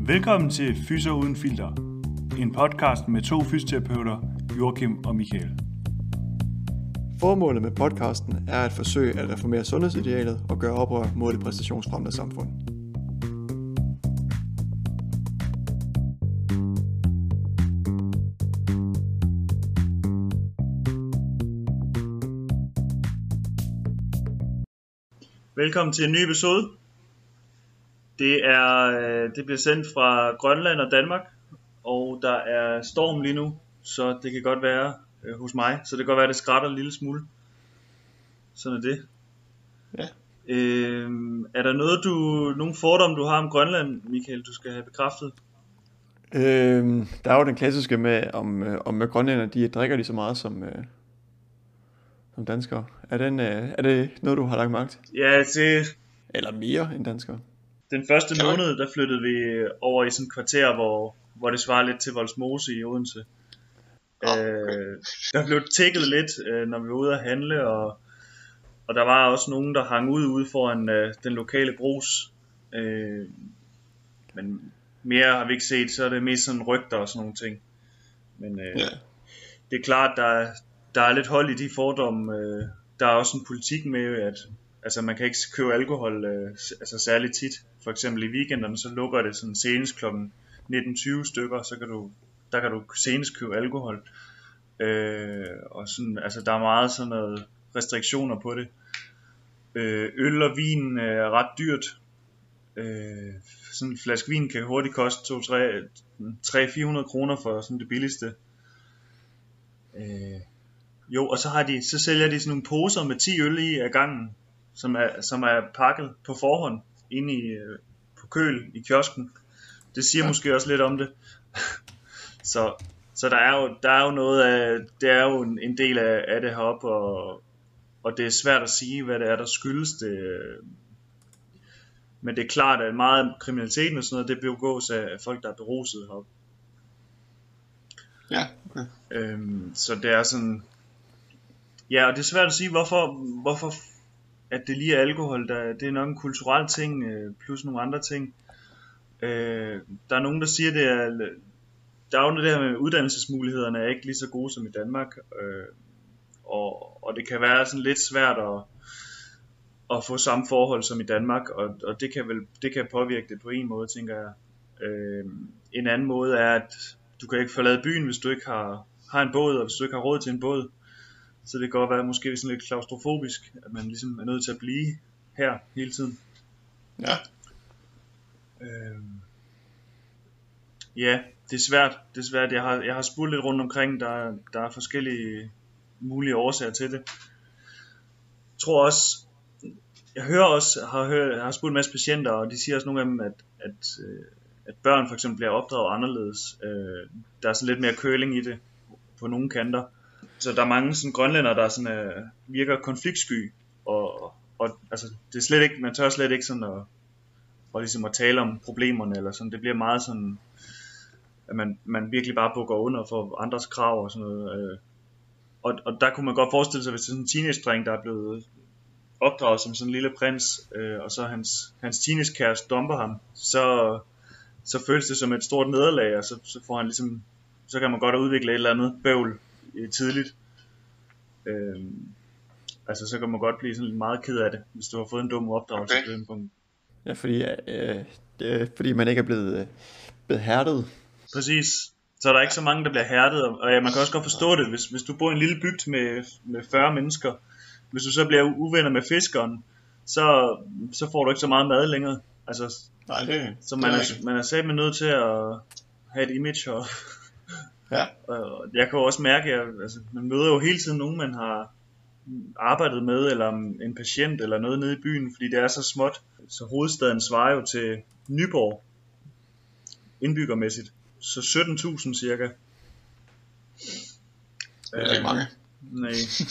Velkommen til Fysio Uden Filter, en podcast med to fysioterapeuter, Joachim og Michael. Formålet med podcasten er at forsøge at reformere sundhedsidealet og gøre oprør mod det præstationsfremmede samfund. Velkommen til en ny episode. Det bliver sendt fra Grønland og Danmark, og der er storm lige nu, så det kan godt være hos mig, så det kan godt være, det skrætter en lille smule. Sådan er det. Ja. Er der nogle fordomme du har om Grønland, Michael, du skal have bekræftet? Der er jo den klassiske med, om grønlænder, de drikker de så meget som danskere. Er det noget, du har lagt mærke til? Ja, Eller mere end danskere? Den første måned, der flyttede vi over i sådan et kvarter, hvor det svarer lidt til Vollsmose i Odense. Der blev tækket lidt, når vi var ude at handle, og der var også nogen, der hang ude foran den lokale brus. Men mere har vi ikke set, så er det mest sådan rygter og sådan nogle ting. Men det er klart, der er lidt hold i de fordomme. Der er også en politik med, at altså man kan ikke købe alkohol særligt tit. For eksempel i weekenderne, så lukker det sådan senest klokken 19:20 stykker, så kan du senest købe alkohol. Og sådan, altså der er meget sådan noget restriktioner på det. Øl og vin er ret dyrt. Sådan en flaske vin kan hurtigt koste 300-400 kroner for sådan det billigste. Og så sælger de sådan nogle poser med 10 øl i ad gangen, som er pakket på forhånd inde på køl i kiosken. Det siger måske også lidt om det. så der er jo noget af, det er jo en del af det heroppe, og det er svært at sige, hvad det er, der skyldes det. Men det er klart, at meget af kriminaliteten og sådan noget, det begås af folk, der er beruset heroppe. Ja, okay. Så det er sådan, ja, og det er svært at sige, hvorfor at det lige er alkohol. Det er nok en kulturel ting, plus nogle andre ting. Der er nogen, der siger, der er jo det her med uddannelsesmulighederne er ikke lige så gode som i Danmark. Og det kan være sådan lidt svært at få samme forhold som i Danmark, og det kan påvirke det på en måde, tænker jeg. En anden måde er, at du kan ikke forlade byen, hvis du ikke har en båd, og hvis du ikke har råd til en båd. Så det kan godt være måske sådan lidt klaustrofobisk, at man ligesom er nødt til at blive her hele tiden. Ja. Ja, det er svært. Jeg har spurgt lidt rundt omkring, der er forskellige mulige årsager til det. Jeg tror også, jeg har spurgt en masse patienter, og de siger også nogle af dem, at børn for eksempel bliver opdraget anderledes. Der er sådan lidt mere køling i det på nogle kanter. Så der er mange sådan grønlændere, der sådan, virker konfliktsky, og altså det er slet ikke, man tør slet ikke sådan og ligesom at tale om problemerne eller sådan. Det bliver meget sådan, at man virkelig bare bukker under for andres krav og sådan noget. Og der kunne man godt forestille sig, hvis det er sådan en teenage-dreng, der er blevet opdraget som sådan en lille prins, og så hans teenage-kæreste dumper ham, så føles det som et stort nederlag, og så får han ligesom, så kan man godt udvikle et eller andet bøvl tidligt. Altså så kan man godt blive sådan lidt meget ked af det, hvis du har fået en dum opdragelse på den punkt. Ja, fordi man ikke er blevet hærdet. Præcis. Så er der ikke så mange, der bliver hærdet, og ja, man kan også godt forstå det, hvis du bor i en lille bygd med 40 mennesker, hvis du så bliver uvenner med fiskeren, så får du ikke så meget mad længere. Altså, så man er simpelthen nødt til at have et image. Og ja. Og jeg kan jo også mærke, at man møder jo hele tiden nogen, man har arbejdet med, eller en patient eller noget nede i byen, fordi det er så småt. Så hovedstaden svarer jo til Nyborg indbyggermæssigt, så 17.000 cirka. Det er ikke mange. Nej.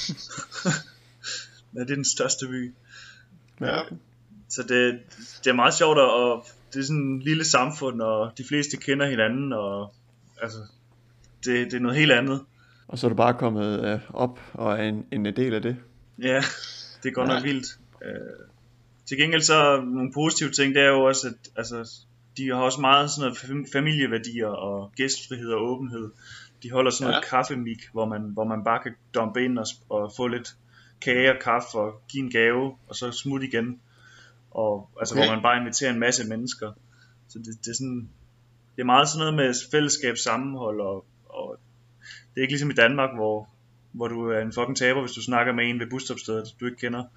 Ja, det er den største by. Ja. Så det er meget sjovt, og det er sådan en lille samfund, og de fleste kender hinanden, og altså det er noget helt andet. Og så er du bare kommet op og er en del af det. Ja, det er godt nok vildt. Til gengæld så nogle positive ting, det er jo også, at altså, de har også meget sådan noget familieværdier og gæstfrihed og åbenhed. De holder sådan noget kaffemik, hvor man bare kan dumpe ind og få lidt kage og kaffe og give en gave, og så smutte igen. Og altså hvor man bare inviterer en masse mennesker. Så det er sådan, det er meget sådan noget med fællesskab, sammenhold, og det er ikke ligesom i Danmark, hvor du er en fucking taber, hvis du snakker med en ved busstopstedet, du ikke kender.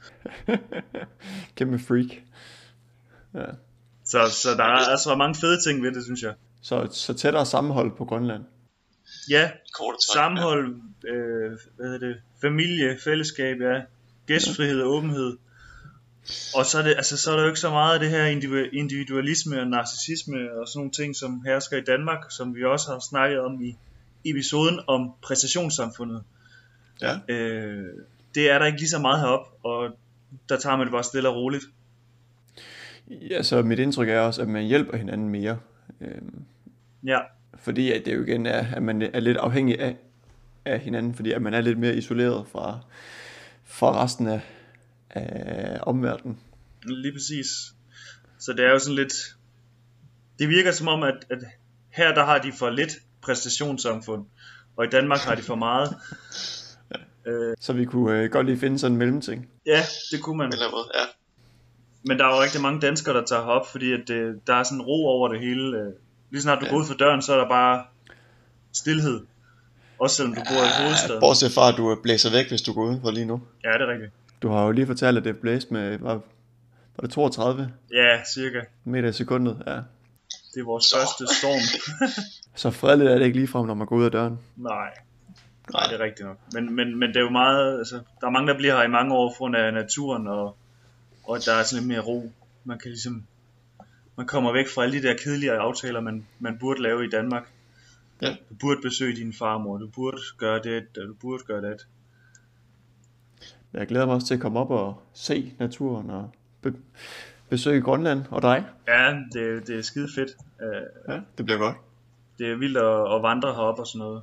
Kæmpe freak. Ja. Så der er altså mange fede ting ved det, synes jeg. Så tættere sammenhold på Grønland. Ja, sammenhold, familie, fællesskab, ja, gæstfrihed og åbenhed. Og så er der jo ikke så meget af det her individualisme og narcissisme og sådan nogle ting, som hersker i Danmark, som vi også har snakket om i episoden om præstationssamfundet. Ja. Det er der ikke lige så meget heroppe, og der tager man det bare stille og roligt. Ja, så mit indtryk er også, at man hjælper hinanden mere. Ja. Fordi at det jo igen er, at man er lidt afhængig af hinanden, fordi at man er lidt mere isoleret fra resten af omverdenen. Lige præcis. Så det er jo sådan lidt, det virker som om, at her der har de for lidt præstationssamfund, og i Danmark har de for meget. Så vi kunne godt lige finde sådan en mellemting. Ja, det kunne man. Ja. Men der er jo rigtig mange danskere, der tager op, fordi at der er sådan ro over det hele. Lige snart du går ud for døren, så er der bare stilhed. Også selvom du bor i hovedstaden. Bortset fra, at du blæser væk, hvis du går udenfor lige nu. Ja, det er rigtigt. Du har jo lige fortalt, at det blæste med, var det 32 Ja, cirka. meter i sekundet? Ja. Det er vores første storm. Så fredeligt er det ikke ligefrem, når man går ud af døren. Nej, det er rigtigt nok. Men det er jo meget, altså, der er mange, der bliver her i mange år for af naturen, og der er sådan lidt mere ro. Man kan ligesom, man kommer væk fra alle de der kedelige aftaler, man burde lave i Danmark. Ja. Du burde besøge din farmor, du burde gøre det, og du burde gøre det. Jeg glæder mig også til at komme op og se naturen og besøge Grønland og dig. Ja, det er skide fedt. Ja, det bliver godt. Det er vildt at vandre herop og sådan noget.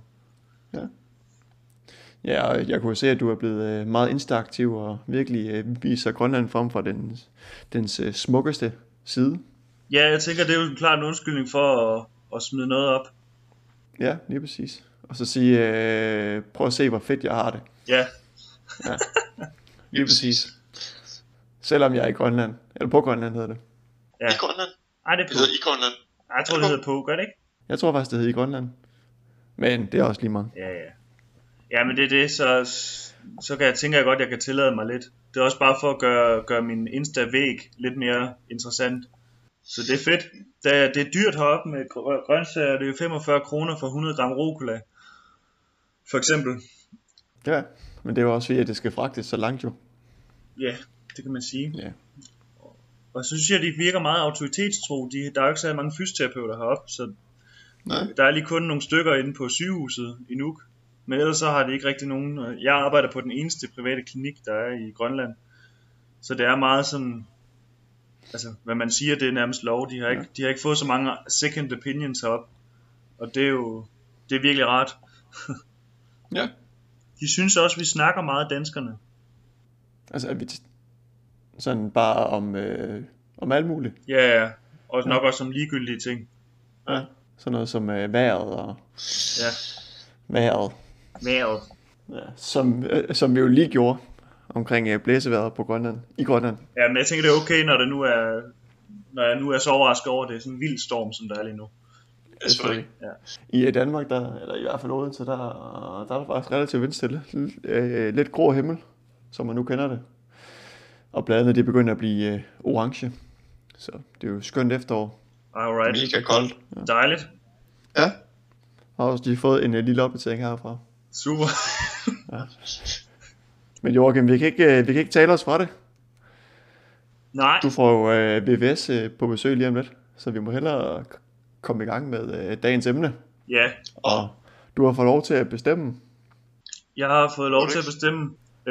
Ja, og jeg kunne se, at du er blevet meget instaaktiv og virkelig viser Grønland frem fra dens smukkeste side. Ja, jeg tænker, det er jo klart en undskyldning for at smide noget op. Ja, lige præcis. Og så sige, prøv at se, hvor fedt jeg har det. Ja. Ja. Lige præcis. Selvom jeg er i Grønland. Eller på Grønland hedder det. Ja. I Grønland? Ej, det er på. Det hedder i Grønland. Ej, jeg tror, det hedder på. Gør det ikke? Jeg tror faktisk, det hedder i Grønland. Men det er også lige meget. Ja. Ja, men det er det, så kan jeg tænke, at jeg kan tillade mig lidt. Det er også bare for at gøre min Insta-væg lidt mere interessant. Så det er fedt. Det er dyrt heroppe med grøntsager. Det er jo 45 kroner for 100 gram rucola. For eksempel. Ja, men det er jo også fordi, at det skal fragtes så langt jo. Ja, det kan man sige. Ja. Og så synes jeg, de virker meget autoritetstro. Der er jo ikke så mange fysioterapeuter heroppe, så Nej. der er lige kun nogle stykker inde på sygehuset i Nuuk. Men ellers så har de ikke rigtig nogen. Jeg arbejder på den eneste private klinik, der er i Grønland. Så det er meget sådan, altså hvad man siger, det er nærmest lov. De har ikke fået så mange second opinions heroppe. Og det er virkelig rart. Ja. De synes også, vi snakker meget danskerne. Altså, at vi sådan bare om alt muligt. Ja. Og nok også om ligegyldige ting. Ja. Sådan noget som vejret og Ja. vejret. Vejret. Ja, som vi jo lige gjorde omkring blæsevejret på Grønland, i Grønland. Ja, men jeg tænker, det er okay, når jeg nu er så overrasket over, det er sådan en vild storm, som der er lige nu. Ja, selvfølgelig. Ja. I Danmark, eller i hvert fald Odense, der er der faktisk relativt vindstille. Lidt grå himmel, som man nu kender det. Og bladene, de begynder at blive orange. Så det er jo skønt efterår. Alright. Mega koldt. Dejligt. Ja. Har også lige fået en lille opdatering herfra. Super. Men Joachim, vi kan ikke tale os fra det. Nej. Du får jo VVS på besøg lige om lidt, så vi må hellere komme i gang med dagens emne. Ja. Og du har fået lov til at bestemme. Jeg har fået lov til at bestemme.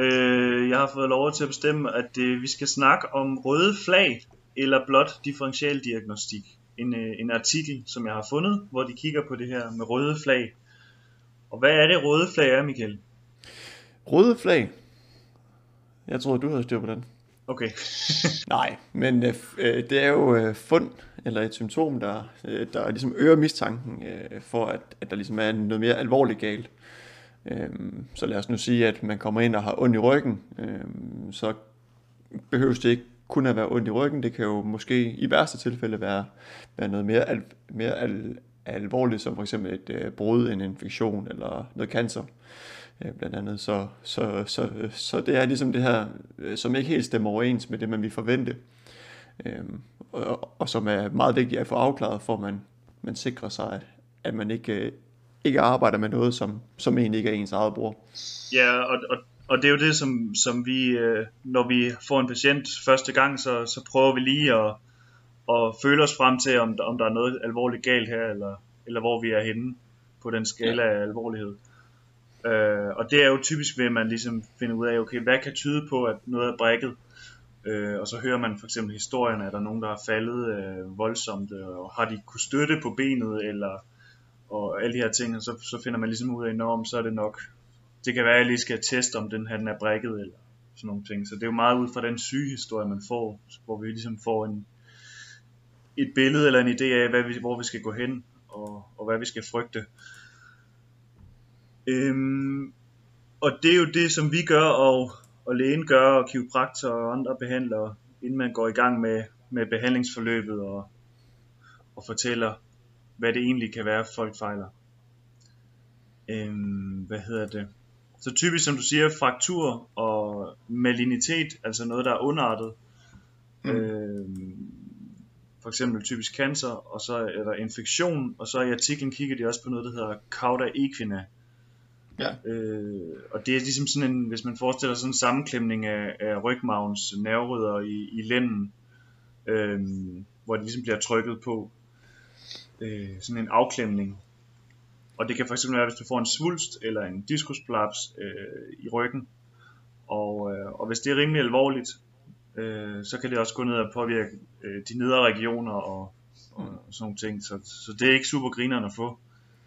At vi skal snakke om røde flag eller blot differentialdiagnostik. En artikel, som jeg har fundet, hvor de kigger på det her med røde flag. Og hvad er det røde flag er, Michael? Røde flag? Jeg tror, du havde styr på den. Okay. Nej, men det er jo fund eller et symptom, der ligesom øger mistanken for, at der ligesom er noget mere alvorligt galt. Så lad os nu sige, at man kommer ind og har ondt i ryggen, så behøves det ikke kun at være ondt i ryggen. Det kan jo måske i værste tilfælde være noget mere alvorligt, som for eksempel et brud, en infektion eller noget cancer. Blandt andet. Så det er ligesom det her, som ikke helt stemmer overens med det, man vil forvente, og som er meget vigtigt at få afklaret, for at man sikrer sig, at man ikke arbejder med noget, som egentlig ikke er ens eget bord. Ja, og det er jo det, som vi, når vi får en patient første gang, så prøver vi lige at føle os frem til, om der er noget alvorligt galt her, eller hvor vi er henne på den skala af alvorlighed. Og det er jo typisk ved, at man ligesom finder ud af, okay, hvad kan tyde på, at noget er brækket? Og så hører man for eksempel historien, er der nogen, der har faldet voldsomt, og har de kunne støtte på benet, og alle de her ting, og så finder man ligesom ud af, enormt, så er det nok. Det kan være, at jeg lige skal teste, om den er brækket, eller sådan nogle ting. Så det er jo meget ud fra den sygehistorie, man får, hvor vi ligesom får et billede eller en idé af, hvor vi skal gå hen, og hvad vi skal frygte. Og det er jo det, som vi gør, og lægen gør, og kiropraktor og andre behandlere, inden man går i gang med behandlingsforløbet, og fortæller, hvad det egentlig kan være, folk fejler. Så typisk, som du siger, fraktur og malignitet, altså noget, der er underartet. For eksempel typisk cancer, og så er der infektion, og så i artiklen kigger de også på noget, der hedder cauda equina. Ja. Og det er ligesom sådan en, hvis man forestiller sådan en sammenklemning af rygmarvens nerverødder i lænden, hvor det ligesom bliver trykket på, sådan en afklemning. Og det kan fx være, hvis du får en svulst eller en diskusprolaps i ryggen, og hvis det er rimelig alvorligt, så kan det også gå ned og påvirke de nedre regioner og sådan nogle ting, så det er ikke super grinerende at få.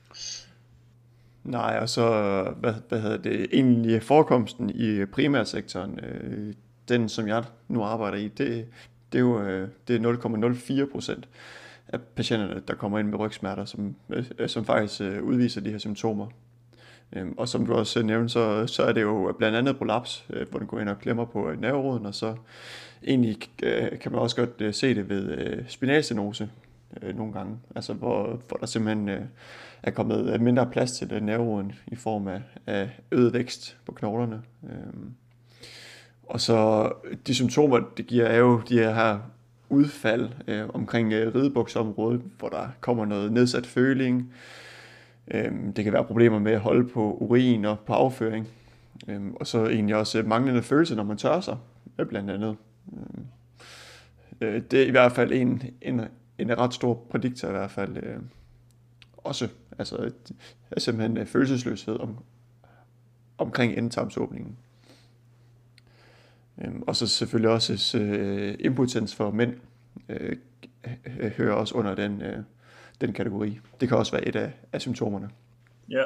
Nej, og så, hvad hedder det, egentlig forekomsten i primærsektoren, den som jeg nu arbejder i, det er jo det er 0,04% af patienterne, der kommer ind med rygsmerter, som faktisk udviser de her symptomer. Og som du også nævnte, så er det jo blandt andet prolaps, hvor den går ind og klemmer på nerveroden, og så egentlig kan man også godt se det ved spinalstenose nogle gange, altså hvor der simpelthen er kommet mindre plads til nerveroden i form af øget vækst på knoglerne. Og så de symptomer, det giver, er jo de her udfald omkring ridebuksområdet, hvor der kommer noget nedsat føling. Det kan være problemer med at holde på urin og på afføring. Og så egentlig også manglende følelse, når man tørrer sig, blandt andet. Det er i hvert fald en ret stor prædiktor i hvert fald. Også altså simpelthen følelsesløshed omkring endetarmsåbningen. Og så selvfølgelig også impotens for mænd hører også under den kategori. Det kan også være et af symptomerne. Ja.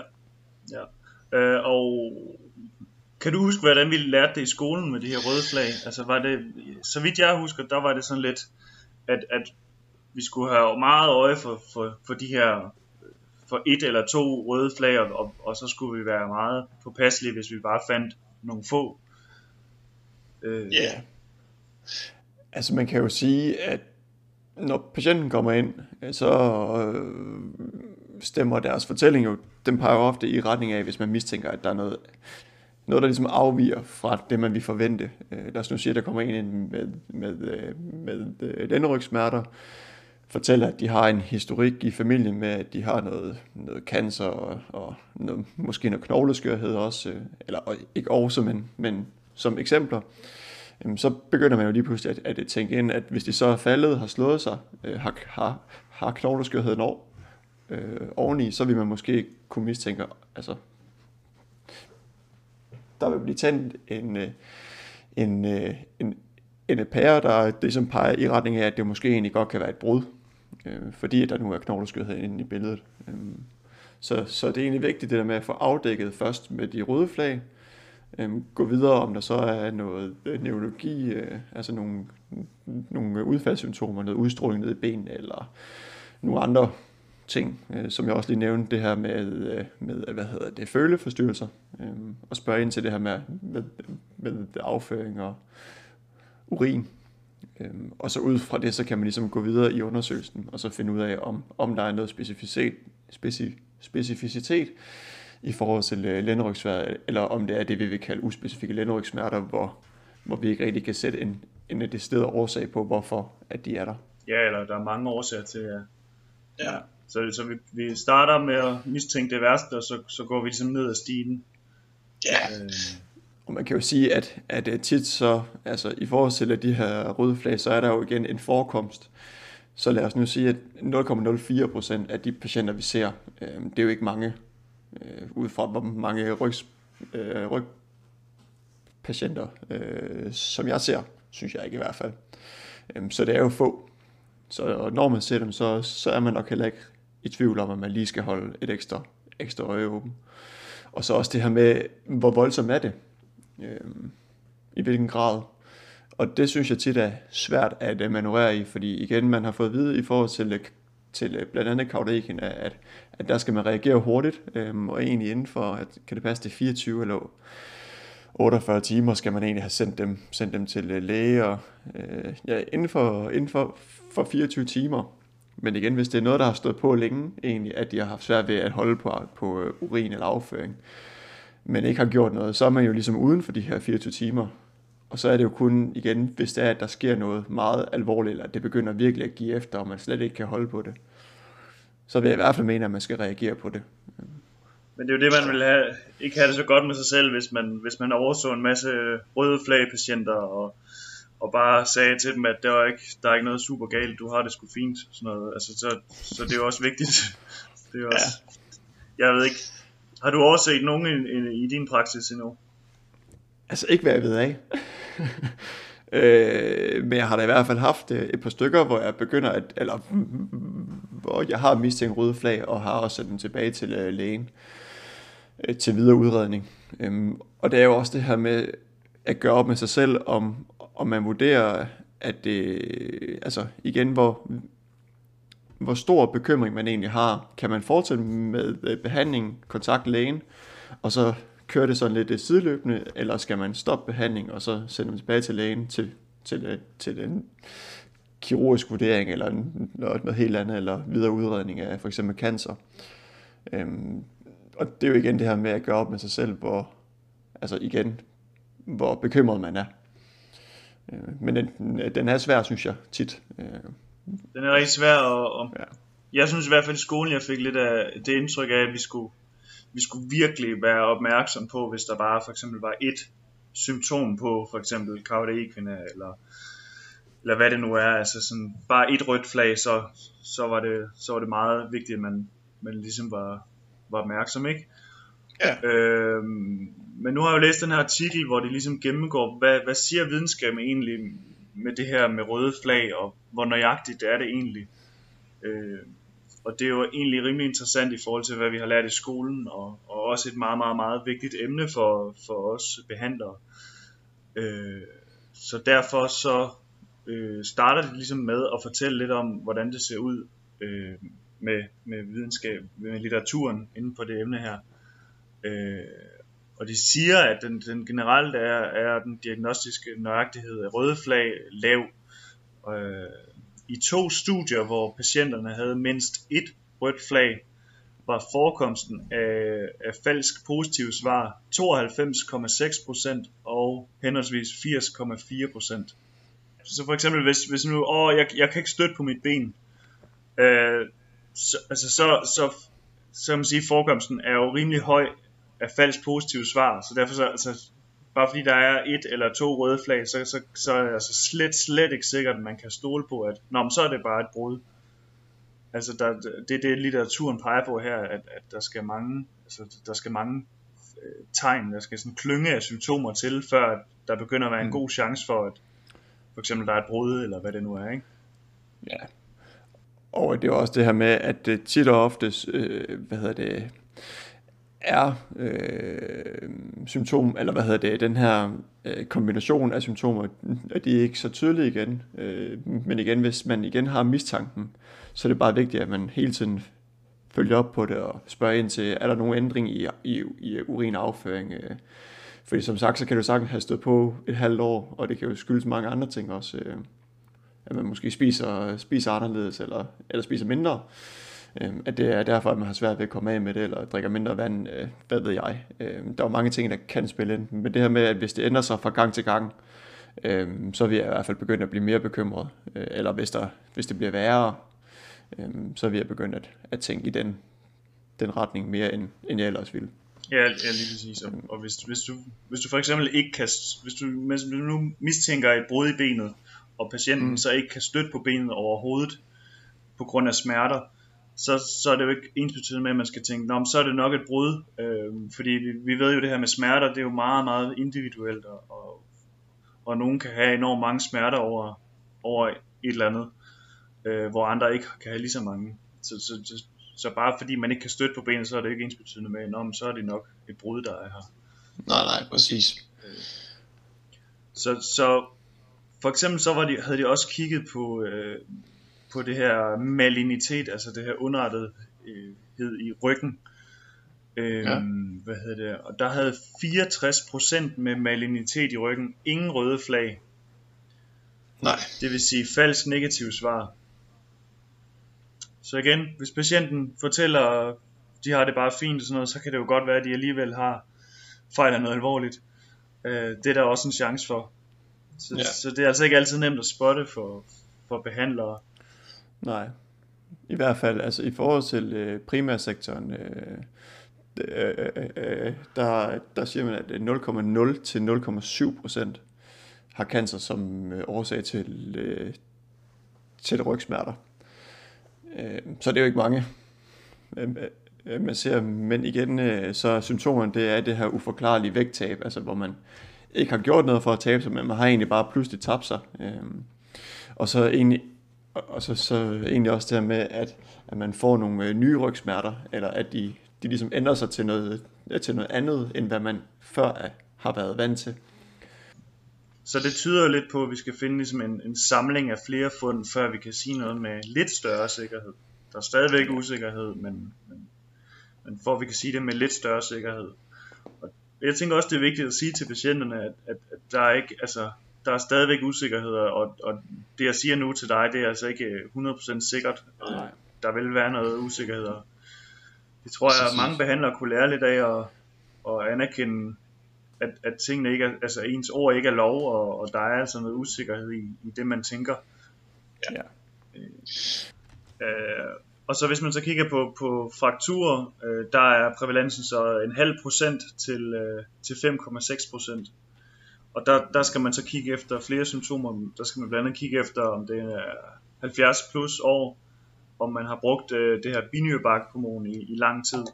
Og kan du huske, hvordan vi lærte det i skolen med de her røde flag? Altså var det, så vidt jeg husker, der var det sådan lidt, at vi skulle have meget øje for de her, for 1 eller 2 røde flag, og så skulle vi være meget påpasselige, hvis vi bare fandt nogle få. Ja. Altså man kan jo sige, at når patienten kommer ind, så stemmer deres fortælling jo, den peger jo ofte i retning af, hvis man mistænker, at der er noget der ligesom afviger fra det, man vil forvente. Lad os nu sige, at der kommer en ind med lænderygsmerter, fortæller, at de har en historik i familien med, at de har noget cancer og måske noget knogleskørhed også, eller ikke også, men som eksempler. Så begynder man jo lige pludselig at tænke ind, at hvis de så er faldet, har slået sig, har knogleskørheden oveni, så vil man måske kunne mistænke, altså der vil blive tændt en pære, der ligesom peger i retning af, at det måske egentlig godt kan være et brud, fordi der nu er knogleskørhed inde i billedet. Så det er egentlig vigtigt det der med at få afdækket først med de røde flag, gå videre, om der så er noget neurologi, altså nogle udfaldssymptomer, noget udstråling ned i benene, eller nogle andre ting, som jeg også lige nævnte, det her med føleforstyrrelser, og spørge ind til det her med afføring og urin. Og så ud fra det, så kan man ligesom gå videre i undersøgelsen, og så finde ud af, om der er noget specificitet i forhold til lændrygsvær, eller om det er det, vi vil kalde uspecifikke lændrygssmerter, hvor vi ikke rigtig kan sætte en decideret årsag på, hvorfor at de er der. Ja, eller der er mange årsager til, Ja. Så vi starter med at mistænke det værste, og så går vi ligesom ned ad stigen. Ja. Og man kan jo sige, at tit så, altså i forhold til de her røde flag, så er der jo igen en forekomst. Så lad os nu sige, at 0,04% af de patienter, vi ser, det er jo ikke mange, ud fra hvor mange rygpatienter, som jeg ser, synes jeg ikke i hvert fald. Så det er jo få. Så når man ser dem, så er man nok heller ikke i tvivl om, at man lige skal holde et ekstra øje åben. Og så også det her med, hvor voldsomt er det? I hvilken grad? Og det synes jeg tit er svært at manøvrere i, fordi igen, man har fået at vide i forhold til blandt andet Kaudakien, at der skal man reagere hurtigt, og egentlig inden for, kan det passe til 24 eller 48 timer, skal man egentlig have sendt dem til læge, og inden for 24 timer. Men igen, hvis det er noget, der har stået på længe, egentlig, at de har haft svært ved at holde på urin eller afføring, men ikke har gjort noget, så er man jo ligesom uden for de her 24 timer. Og så er det jo kun igen, hvis det er, at der sker noget meget alvorligt, eller at det begynder virkelig at give efter, og man slet ikke kan holde på det, så vil jeg i hvert fald mene, at man skal reagere på det. Men det er jo det, man vil ikke have det så godt med sig selv, hvis man overså en masse røde flagpatienter, og bare sagde til dem, at der er ikke noget super galt, du har det sgu fint, sådan noget. Altså, så det er jo også vigtigt. Det er også, jeg ved ikke, har du overset nogen i din praksis endnu? Altså ikke hvad jeg ved af. Men jeg har da i hvert fald haft et par stykker, hvor jeg begynder hvor jeg har mistænkt røde flag, og har også sendt dem tilbage til lægen til videre udredning. Og det er jo også det her med at gøre op med sig selv, om man vurderer, at det, altså igen, hvor stor bekymring man egentlig har. Kan man fortsætte med behandlingen, kontakte lægen, og så køre det sådan lidt sideløbende, eller skal man stoppe behandling, og så sende dem tilbage til lægen til den kirurgisk vurdering, eller noget helt andet, eller videre udredning af for eksempel cancer. Og det er jo igen det her med at gøre op med sig selv, hvor bekymret man er. Men den er svær, synes jeg, tit. Den er rigtig svær, og jeg synes i hvert fald i skolen, jeg fik lidt af det indtryk af, at vi skulle virkelig være opmærksom på, hvis der bare for eksempel var et symptom på, for eksempel Kaudakien, eller hvad det nu er, altså sådan bare et rødt flag, så var det meget vigtigt, at man ligesom var opmærksom, ikke? Ja. Men nu har jeg jo læst den her artikel, hvor de ligesom gennemgår, hvad siger videnskaben egentlig med det her med røde flag, og hvor nøjagtigt er det egentlig. Og det er jo egentlig rimelig interessant i forhold til, hvad vi har lært i skolen, og også et meget, meget, meget vigtigt emne for os behandlere. Så derfor så starter det ligesom med at fortælle lidt om, hvordan det ser ud med videnskab, med litteraturen inden for det emne her. Og de siger, at den generelt er den diagnostiske nøjagtighed af røde flag lav. I 2 studier, hvor patienterne havde mindst et rødt flag, var forekomsten af falsk positive svar 92,6% og henholdsvis 80,4%. Så for eksempel, hvis nu, jeg kan ikke støtte på mit ben, så kan man sige, forekomsten er jo rimelig høj af falsk positive svar, så derfor så bare fordi der er 1 eller 2 røde flag, så er det altså slet ikke sikkert, at man kan stole på, at så er det bare et brud. Altså det litteraturen peger på her, at der skal mange tegn, der skal sådan klynge af symptomer til, før der begynder at være en god chance for, at for eksempel der er et brud, eller hvad det nu er, ikke? Ja. Og det er også det her med, at tit og ofte, er symptom, eller hvad hedder det, den her kombination af symptomer, at de er ikke så tydelige igen. Men igen, hvis man igen har mistanken, så er det bare vigtigt, at man hele tiden følger op på det og spørger ind til, er der nogen ændring i urinafføring? Fordi som sagt, så kan du sagtens have stået på et halvt år, og det kan jo skyldes mange andre ting også. At man måske spiser anderledes, eller spiser mindre. At det er derfor, at man har svært ved at komme af med det, eller drikker mindre vand, hvad ved jeg. Der er mange ting, der kan spille ind. Men det her med, at hvis det ændrer sig fra gang til gang, så vil jeg i hvert fald begynde at blive mere bekymret. Eller hvis det bliver værre, så vil jeg begynde at tænke i den retning mere, end jeg ellers ville. Ja, lige præcis. Og hvis du for eksempel ikke kan, hvis du nu mistænker et brud i benet, og patienten så ikke kan støtte på benet overhovedet på grund af smerter, så er det jo ikke ensbetydende med, at man skal tænke, nå, så er det nok et brud, fordi vi ved jo det her med smerter, det er jo meget, meget individuelt, og nogen kan have enormt mange smerter over et eller andet, hvor andre ikke kan have lige så mange. Så bare fordi man ikke kan støtte på benet, så er det ikke ensbetydende med, nå, så er det nok et brud, der er her. Nej, præcis. Så for eksempel så havde de også kigget på det her malignitet, altså det her underrettethed i ryggen. Hvad hedder det? Og der havde 64% med malignitet i ryggen ingen røde flag. Nej. Det vil sige falsk negativ svar. Så igen, hvis patienten fortæller, de har det bare fint og sådan noget, så kan det jo godt være, at de alligevel har fejl af noget alvorligt. Det er der også en chance for. Så det er altså ikke altid nemt at spotte for behandlere. Nej, i hvert fald altså i forhold til primærsektoren, der siger man, at 0,0 til 0,7% har cancer som årsag til rygsmerter. Så det er jo ikke mange, man ser, men igen, så symptomerne, det er det her uforklarlige vægttab, altså hvor man ikke har gjort noget for at tabe sig, men man har egentlig bare pludselig tabt sig. Og så egentlig også det her med, at man får nogle nye rygsmerter, eller at de ligesom ændrer sig til noget andet, end hvad man før har været vant til. Så det tyder jo lidt på, at vi skal finde ligesom en samling af flere fund, før vi kan sige noget med lidt større sikkerhed. Der er stadigvæk usikkerhed, men for at vi kan sige det med lidt større sikkerhed. Og jeg tænker også, det er vigtigt at sige til patienterne, at der er ikke, altså, der er stadigvæk usikkerheder, og det jeg siger nu til dig, det er altså ikke 100% sikkert. Nej. Der vil være noget usikkerheder. Det tror jeg, at mange behandlere kunne lære lidt af at anerkende, at tingene ikke er, altså ens ord ikke er lov, og der er altså noget usikkerhed i det, man tænker. Ja. Og så hvis man så kigger på frakturer, der er prævalensen så 0,5% til 5,6%. Og der skal man så kigge efter flere symptomer. Der skal man blandt andet kigge efter, om det er 70 plus år, om man har brugt det her binyrbarkhormon i lang tid.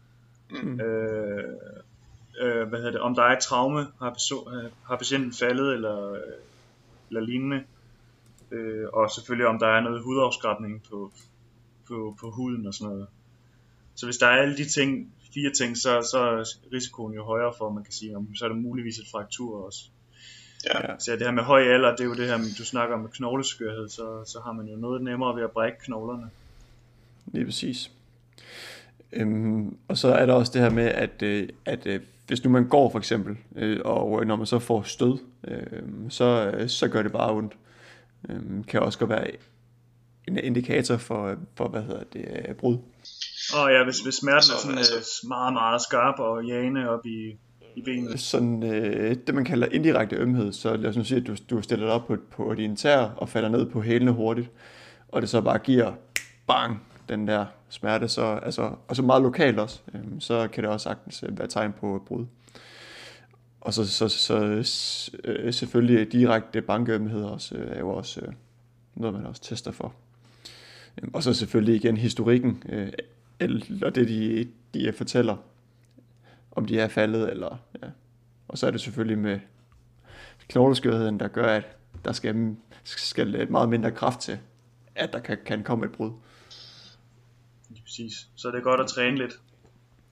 Om der er et traume, har patienten faldet eller lignende, og selvfølgelig om der er noget hudafskrabning på huden og sådan noget. Så hvis der er alle de fire ting, så er risikoen jo højere for, man kan sige, så er der muligvis et fraktur også. Ja. Så det her med høj alder, det er jo det her, du snakker om med knogleskørhed, så har man jo noget nemmere ved at brække knoglerne. Lige præcis. Og så er der også det her med, at hvis nu man går for eksempel, og når man så får stød, så gør det bare ondt. Kan også godt være en indikator for brud. Ja, hvis smerten er sådan meget, meget skarp og jagende op i benet. Sådan det man kalder indirekte ømhed, så lad os nu sige, at du stiller dig op på din tær og falder ned på hælene hurtigt, og det så bare giver bang, den der smerte, og så meget lokalt også, så kan det også sagtens være tegn på brud. Og så selvfølgelig direkte bankømhed også, er jo også noget, man også tester for. Og så selvfølgelig igen historikken, eller det de fortæller, om de er faldet, eller ja. Og så er det selvfølgelig med knogleskørheden, der gør, at der skal meget mindre kraft til, at der kan komme et brud. Præcis. Så det er godt at træne lidt.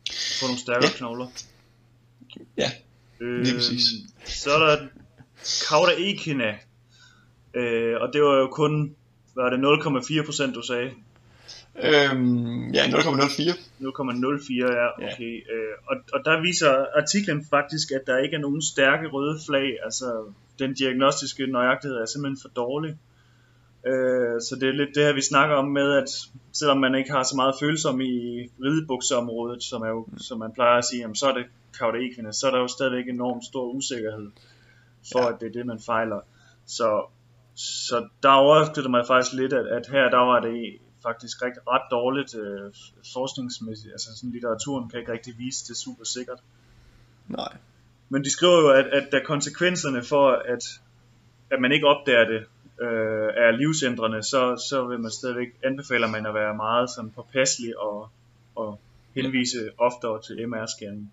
få nogle stærkere knogler. Ja, lige præcis. Så er der Kauda Eikina, og det var jo kun, var det 0,4% du sagde? Ja, 0,04. 0,04, ja, okay. Og der viser artiklen faktisk, at der ikke er nogen stærke røde flag, altså den diagnostiske nøjagtighed er simpelthen for dårlig. Så det er lidt det her vi snakker om med, at selvom man ikke har så meget følsom i ridebukseområdet, som man plejer at sige, jamen, så er det Kauda Eikina, så er der jo stadigvæk enormt stor usikkerhed for, at det er det man fejler. Så der overraskede det mig faktisk lidt, at her der var det faktisk ret dårligt forskningsmæssigt, altså sådan litteraturen kan ikke rigtig vise det super sikkert. Nej. Men de skriver jo, at der konsekvenserne for, at man ikke opdager det, er livsændrende, så vil man stadigvæk anbefale man at være meget sådan påpasselig og henvise oftere til MR-scanning.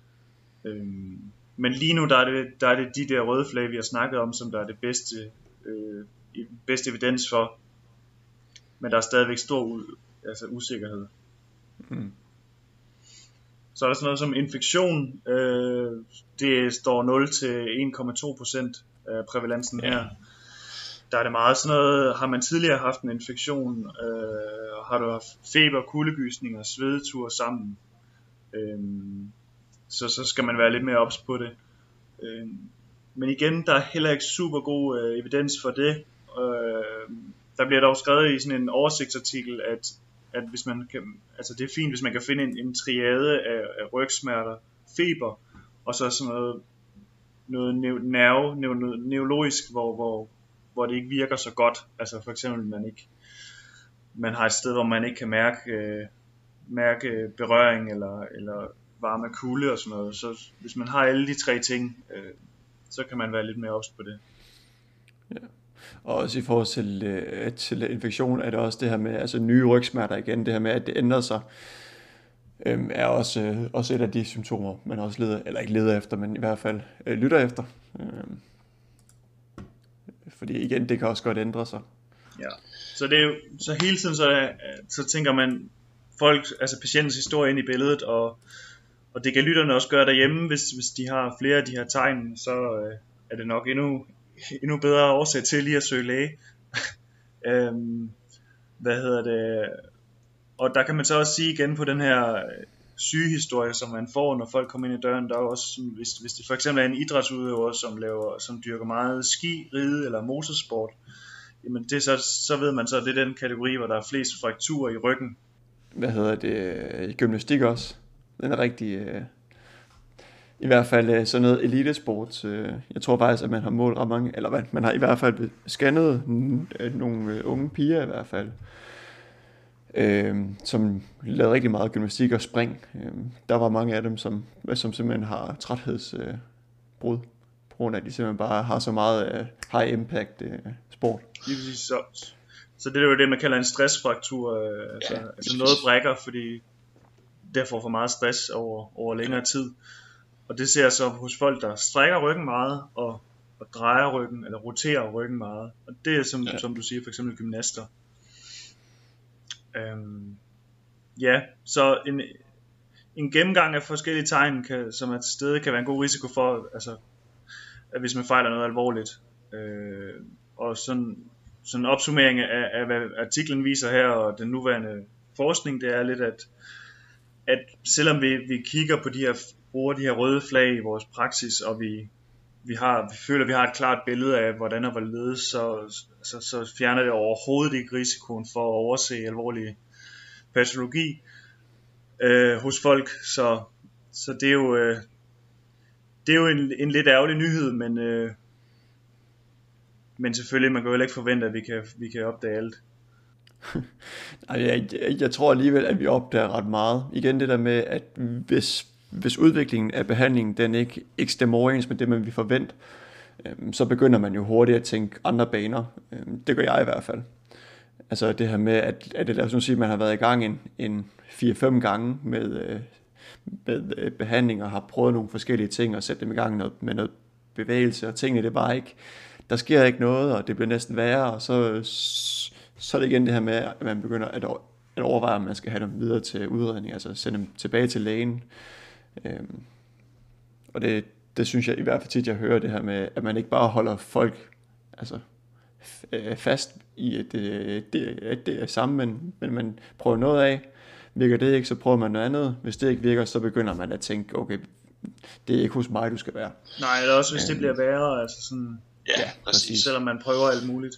Men lige nu der er det de der røde flag vi har snakket om, som der er det bedste evidens for. Men der er stadigvæk stor usikkerhed. Så er der sådan noget som infektion. Det står 0 til 1,2% af prævalensen her. Der er det meget sådan noget, har man tidligere haft en infektion, har du haft feber, kuldegysninger, svedetur sammen, så skal man være lidt mere ops på det. Men igen, der er heller ikke super god evidens for det. Der bliver dog skrevet i sådan en oversigtsartikel, at hvis man kan, altså det er fint, hvis man kan finde en triade af rygsmerter, feber, og så sådan noget neurologisk, hvor det ikke virker så godt. Altså for eksempel, man har et sted, hvor man ikke kan mærke berøring eller varme kulde og sådan noget. Så hvis man har alle de tre ting, så kan man være lidt mere ops på det. Ja. Og også i forhold til infektion er det også det her med altså nye rygsmerter igen, det her med at det ændrer sig, er også et af de symptomer man også ikke leder efter, men i hvert fald lytter efter. Fordi igen, det kan også godt ændre sig. Ja. Så det er jo, så hele tiden så tænker man folk, altså patientens historie ind i billedet, og det kan lytterne også gøre derhjemme, hvis de har flere af de her tegn, så er det nok endnu bedre årsag til lige at søge læge. Og der kan man så også sige igen på den her sygehistorie, som man får, når folk kommer ind i døren, der er også, hvis det for eksempel er en idrætsudøver, som dyrker meget ski, ride eller motorsport, jamen det så ved man så, at det er den kategori, hvor der er flest frakturer i ryggen. Gymnastik også. Den er rigtig, i hvert fald sådan noget elitesport. Jeg tror faktisk, at man har målt ret mange, eller man har i hvert fald scannet nogle unge piger i hvert fald, som lavede rigtig meget gymnastik og spring. Der var mange af dem, som simpelthen har træthedsbrud, på grund af, at de simpelthen bare har så meget high impact sport. Lige præcis. Så det er jo det, man kalder en stressfraktur. Altså noget brækker, fordi det får for meget stress over længere tid. Og det ser jeg så hos folk, der strækker ryggen meget og drejer ryggen, eller roterer ryggen meget. Og det er som du siger, for eksempel gymnaster. Så en gennemgang af forskellige tegn, som er til stede, kan være en god risiko for, altså, at hvis man fejler noget alvorligt. Og sådan en opsummering af hvad artiklen viser her, og den nuværende forskning, det er lidt, at selvom vi kigger på bruger de her røde flag i vores praksis, og vi føler, at vi har et klart billede af, hvordan og hvorledes, så fjerner det overhovedet ikke risikoen for at overse alvorlig patologi hos folk. Så det er jo en lidt ærgerlig nyhed, men selvfølgelig, man kan jo heller ikke forvente, at vi kan opdage alt. Jeg tror alligevel, at vi opdager ret meget. Igen det der med, at hvis udviklingen af behandlingen, den ikke stemmer overens med det, man vil forvente, så begynder man jo hurtigt at tænke andre baner. Det gør jeg i hvert fald. Altså det her med, at det der, som siger, man har været i gang en 4-5 gange med behandling, og har prøvet nogle forskellige ting, og sætte dem i gang med noget bevægelse, og tingene, det er bare ikke, der sker ikke noget, og det bliver næsten værre, og så er det igen det her med, at man begynder at overveje, om man skal have dem videre til udredning, altså sende dem tilbage til lægen, Og det synes jeg i hvert fald tit, jeg hører det her med, at man ikke bare holder folk altså, fast i, at det er samme, men man prøver noget af. Virker det ikke, så prøver man noget andet. Hvis det ikke virker, så begynder man at tænke, okay, det er ikke hos mig, du skal være. Nej, eller også hvis det bliver værre, altså sådan, Ja, præcis. selvom man prøver alt muligt.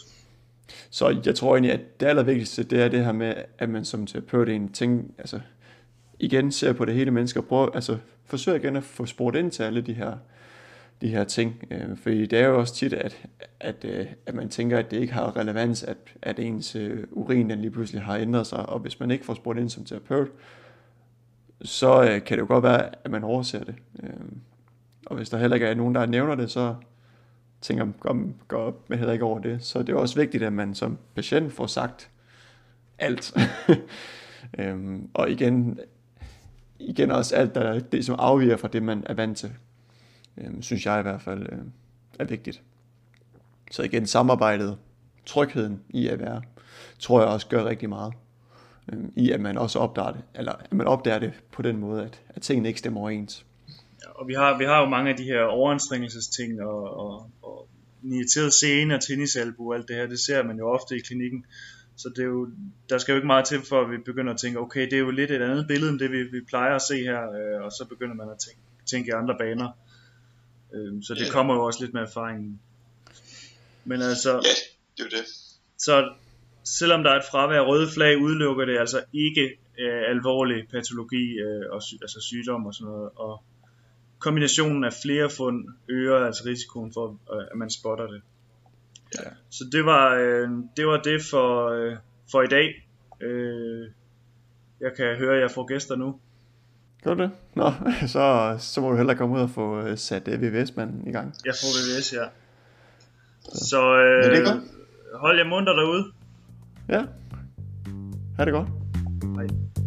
Så jeg tror egentlig, at det allervigtigste, det er det her med, at man som terapeut altså igen ser på det hele menneske og prøver, altså forsøger igen at få spurgt ind til alle de her ting. Fordi det er jo også tit, at man tænker, at det ikke har relevans, at ens urin den lige pludselig har ændret sig, og hvis man ikke får spurgt ind som terapeut, så kan det jo godt være, at man overser det. Og hvis der heller ikke er nogen, der nævner det, så tænker man, går heller ikke over det. Så det er også vigtigt, at man som patient får sagt alt. Og igen også alt, det som afviger fra det, man er vant til, synes jeg i hvert fald er vigtigt. Så igen, samarbejdet, trygheden i at være, tror jeg også gør rigtig meget. I at man også opdager det, eller at man opdager det på den måde, at tingene ikke stemmer overens. Ja, og vi har jo mange af de her overanstrengelsesting og en irriteret scene og tennisalbu og alt det her, det ser man jo ofte i klinikken. Så det er jo, der skal jo ikke meget til, for at vi begynder at tænke, okay, det er jo lidt et andet billede, end det vi plejer at se her, og så begynder man at tænke i andre baner. Så det kommer jo også lidt med erfaringen. Men altså, ja, det er jo det. Så selvom der er et fravær af røde flag, udelukker det altså ikke alvorlig patologi, altså sygdom og sådan noget. Og kombinationen af flere fund øger altså risikoen for, at man spotter det. Ja. Så det var det for i dag. Jeg kan høre, at jeg får gæster nu. Gør det? Nå, så må du hellere komme ud og få sat VVS-manden i gang. Jeg får VVS, ja. Så det hold jer munter derude. Ja. Ha' det godt. Hej.